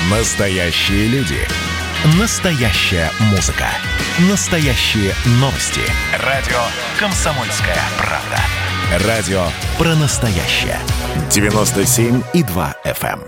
Настоящие люди. Настоящая музыка. Настоящие новости. Радио «Комсомольская правда». Радио про настоящее. 97,2 FM.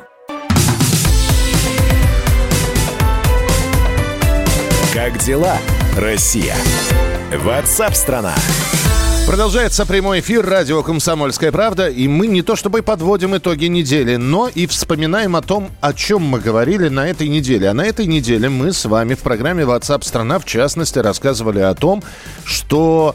Как дела, Россия? WhatsApp-страна. Продолжается прямой эфир радио «Комсомольская правда», и мы не то чтобы подводим итоги недели, но и вспоминаем о том, о чем мы говорили на этой неделе. А на этой неделе мы с вами в программе WhatsApp страна, в частности, рассказывали о том, что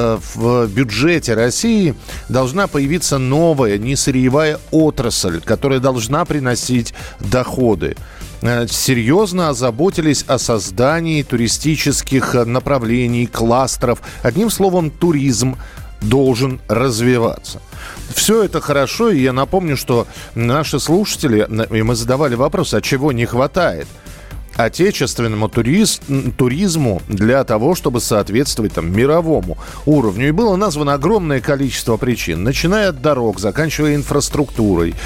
в бюджете России должна появиться новая несырьевая отрасль, которая должна приносить доходы. Серьезно озаботились о создании туристических направлений, кластеров. Одним словом, туризм должен развиваться. Все это хорошо, и я напомню, что наши слушатели, и мы задавали вопрос, а чего не хватает отечественному туризму для того, чтобы соответствовать мировому уровню. И было названо огромное количество причин, начиная от дорог, заканчивая инфраструктурой,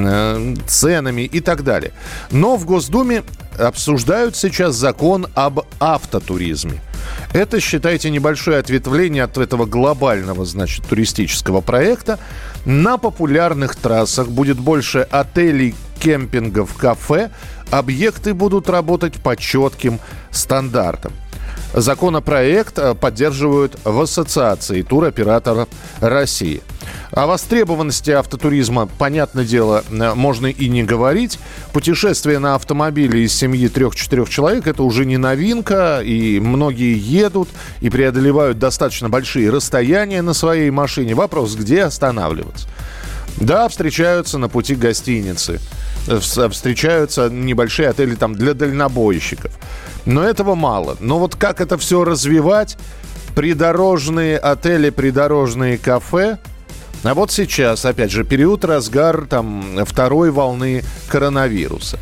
ценами и так далее. Но в Госдуме обсуждают сейчас закон об автотуризме. Это, считайте, небольшое ответвление от этого глобального, туристического проекта. На популярных трассах будет больше отелей, кемпингов, кафе. Объекты будут работать по четким стандартам. Законопроект поддерживают в Ассоциации туроператоров России. О востребованности автотуризма, понятное дело, можно и не говорить. Путешествие на автомобиле из семьи 3-4 человек – это уже не новинка, и многие едут и преодолевают достаточно большие расстояния на своей машине. Вопрос, где останавливаться? Да, встречаются на пути гостиницы, встречаются небольшие отели для дальнобойщиков. Но этого мало. Но вот как это все развивать? Придорожные отели, придорожные кафе. А вот сейчас, опять же, период разгар второй волны коронавируса.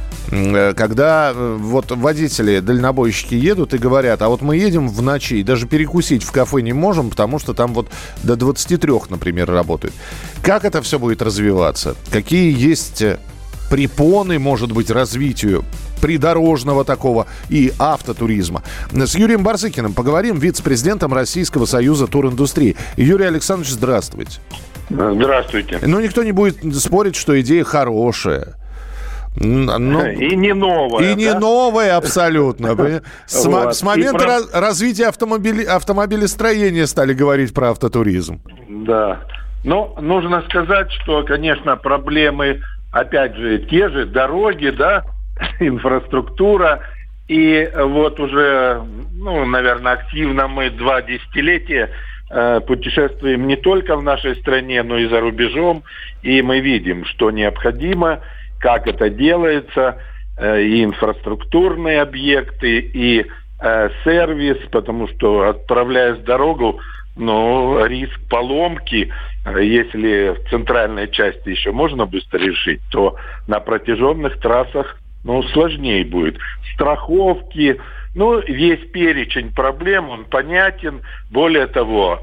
Когда водители, дальнобойщики едут и говорят, а вот мы едем в ночи, и даже перекусить в кафе не можем, потому что там до 23, например, работают. Как это все будет развиваться? Какие есть препоны, может быть, развитию придорожного такого и автотуризма? С Юрием Барзыкиным поговорим, вице-президентом Российского союза туриндустрии. Юрий Александрович, здравствуйте. Здравствуйте. Никто не будет спорить, что идея хорошая. И не новая. И не новая абсолютно. С момента развития автомобилестроения стали говорить про автотуризм. Да. Но нужно сказать, что, конечно, проблемы, опять же, те же дороги, да, инфраструктура. И вот уже, наверное, активно мы 2 десятилетия путешествуем не только в нашей стране, но и за рубежом. И мы видим, что необходимо, как это делается, и инфраструктурные объекты, и сервис, потому что, отправляясь в дорогу, риск поломки, если в центральной части еще можно быстро решить, то на протяженных трассах, сложнее будет. Страховки, весь перечень проблем, он понятен. Более того,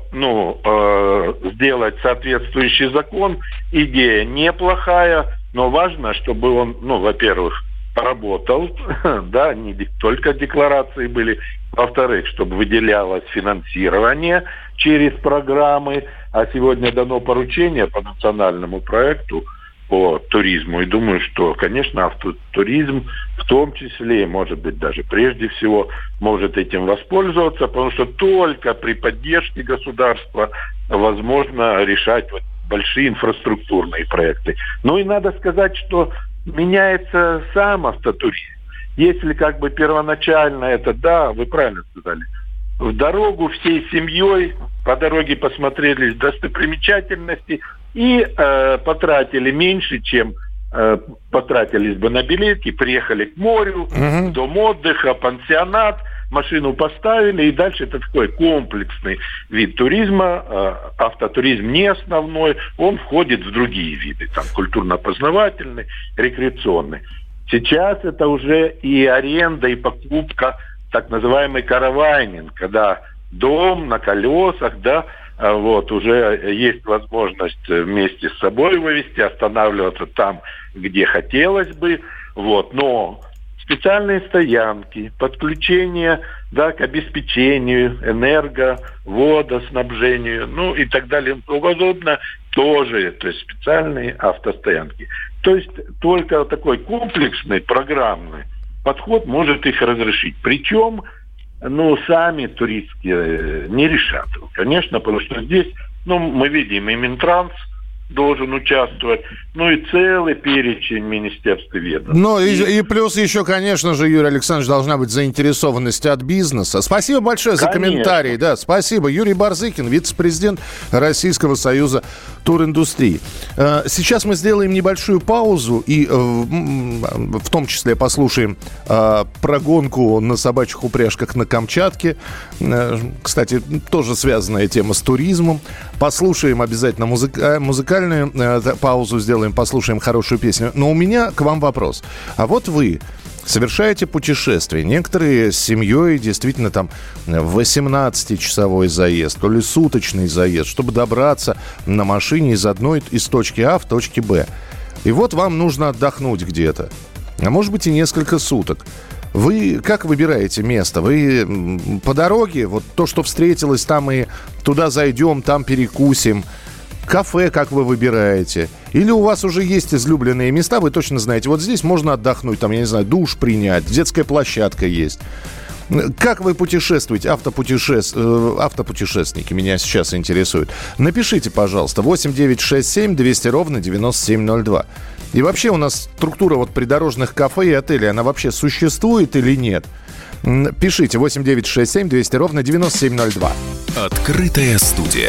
сделать соответствующий закон, идея неплохая, но важно, чтобы он, во-первых, работал, да, не только декларации были, во-вторых, чтобы выделялось финансирование через программы, а сегодня дано поручение по национальному проекту по туризму. И думаю, что, конечно, автотуризм в том числе, может быть, даже прежде всего, может этим воспользоваться, потому что только при поддержке государства возможно решать большие инфраструктурные проекты. И надо сказать, что меняется сам автотуризм. Если первоначально это, да, вы правильно сказали, в дорогу всей семьей, по дороге посмотрели достопримечательности и потратили меньше, чем потратились бы на билетки, приехали к морю, дом отдыха, пансионат, машину поставили, и дальше это такой комплексный вид туризма. Автотуризм не основной, он входит в другие виды, культурно-познавательный, рекреационный. Сейчас это уже и аренда, и покупка, так называемый каравайнинг, когда дом на колесах, да, уже есть возможность вместе с собой вывезти, останавливаться там, где хотелось бы. Вот. Но специальные стоянки, подключение, да, к обеспечению водоснабжению, ну и так далее, подобное, тоже, то есть специальные автостоянки. То есть только такой комплексный, программный подход может их разрешить. Причем, сами туристские не решат. Конечно, потому что здесь, мы видим, и Минтранс должен участвовать, и целый перечень министерств и ведомств. И плюс еще, конечно же, Юрий Александрович, должна быть заинтересованность от бизнеса. Спасибо большое за комментарий. Да, спасибо. Юрий Барзыкин, вице-президент Российского союза туриндустрии. Сейчас мы сделаем небольшую паузу и в том числе послушаем про гонку на собачьих упряжках на Камчатке. Кстати, тоже связанная тема с туризмом. Послушаем обязательно музыкальную паузу сделаем, послушаем хорошую песню. Но у меня к вам вопрос. А вот вы совершаете путешествие. Некоторые с семьей действительно там 18-часовой заезд, то ли суточный заезд, чтобы добраться на машине из точки А в точке Б. И вот вам нужно отдохнуть где-то. А может быть и несколько суток. Вы как выбираете место? Вы по дороге, вот то, что встретилось, там и туда зайдем, там перекусим. Кафе как вы выбираете? Или у вас уже есть излюбленные места, вы точно знаете, вот здесь можно отдохнуть, там, я не знаю, душ принять, детская площадка есть. Как вы путешествуете? Автопутешественники меня сейчас интересуют. Напишите, пожалуйста, 8-967-200-97-02. И вообще у нас структура придорожных кафе и отелей, она вообще существует или нет? Пишите 8-967-200-97-02. Открытая студия.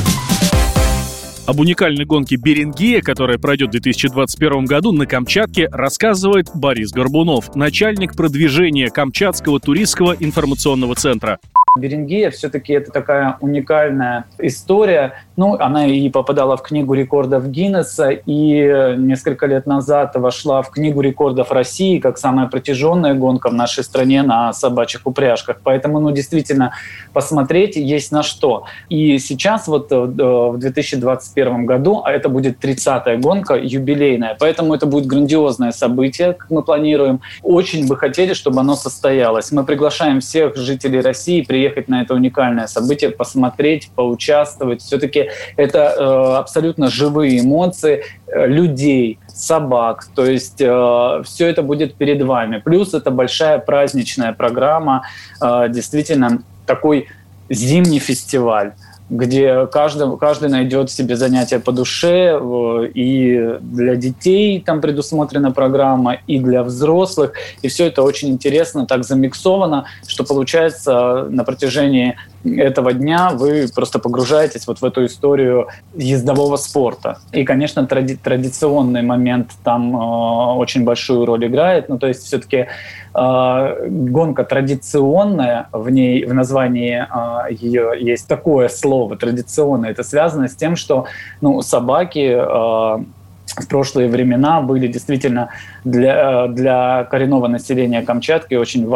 Об уникальной гонке «Берингея», которая пройдет в 2021 году на Камчатке, рассказывает Борис Горбунов, начальник продвижения Камчатского туристского информационного центра. Берингея все-таки это такая уникальная история. Она и попадала в Книгу рекордов Гиннесса, и несколько лет назад вошла в Книгу рекордов России как самая протяженная гонка в нашей стране на собачьих упряжках. Поэтому, действительно, посмотреть есть на что. И сейчас в 2021 году, а это будет 30-я гонка, юбилейная, поэтому это будет грандиозное событие, как мы планируем. Очень бы хотели, чтобы оно состоялось. Мы приглашаем всех жителей России приехать на это уникальное событие, посмотреть, поучаствовать. Все-таки это абсолютно живые эмоции людей, собак. То есть все это будет перед вами. Плюс это большая праздничная программа, действительно такой зимний фестиваль, где каждый найдет себе занятие по душе, и для детей там предусмотрена программа, и для взрослых, и все это очень интересно, так замиксовано, что получается на протяжении этого дня вы просто погружаетесь в эту историю ездового спорта. И, конечно, традиционный момент там очень большую роль играет, то есть все-таки гонка традиционная, в названии ее есть такое слово «традиционное». Это связано с тем, что собаки в прошлые времена были действительно для коренного населения Камчатки очень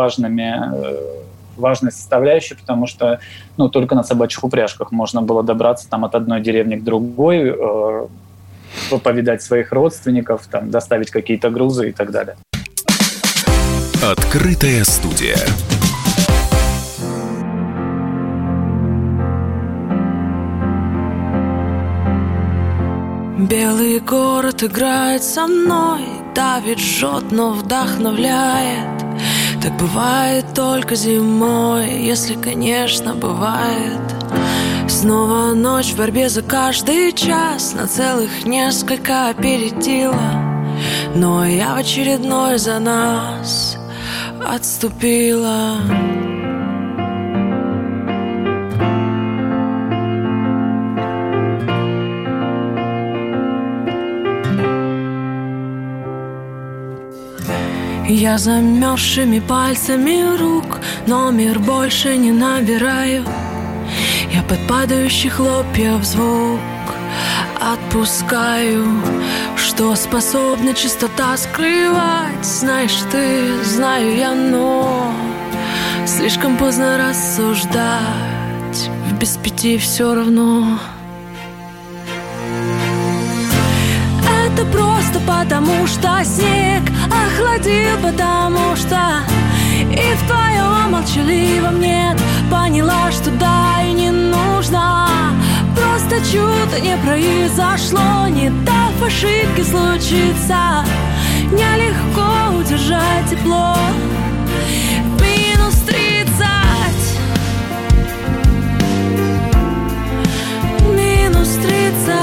важной составляющей, потому что только на собачьих упряжках можно было добраться от одной деревни к другой, повидать своих родственников, доставить какие-то грузы и так далее. Открытая студия. Белый город играет со мной, давит, жжет, но вдохновляет. Так бывает только зимой, если, конечно, бывает. Снова ночь в борьбе за каждый час, на целых несколько опередила. Но я в очередной за нас отступила. Я замерзшими пальцами рук номер больше не набираю. Я под падающих хлопьев звук отпускаю. Что способна чистота скрывать, знаешь ты, знаю я, но слишком поздно рассуждать, в без пяти все равно. Это просто потому, что снег охладил, потому что и в твоем молчаливом нет. Поняла, что да и не нужно, просто чудо не произошло. Не дав ошибки случиться, нелегко удержать тепло. Минус 30, минус 30.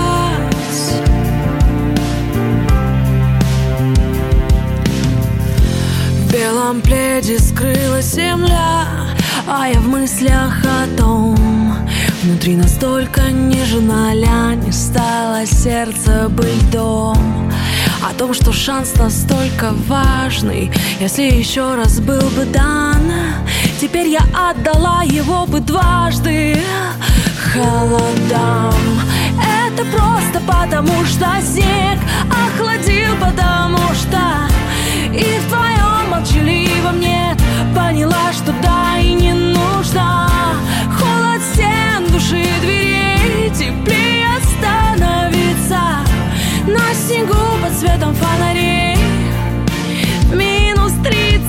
В белом пледе скрылась земля, а я в мыслях о том. Внутри настолько нежно не стало сердце быть льдом. О том, что шанс настолько важный, если еще раз был бы дан, теперь я отдала его бы дважды холодам. Это просто потому, что снег охладил, потому что и в твоем молчаливом нет. Поняла, что да и не нужно. Холод стен, души, дверей, теплее остановиться на снегу под светом фонарей. Минус 30,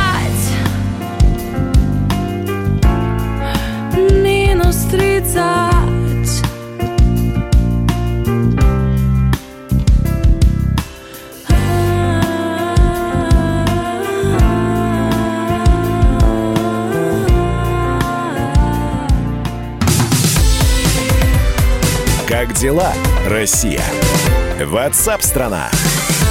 минус 30. Как дела, Россия? WhatsApp-страна.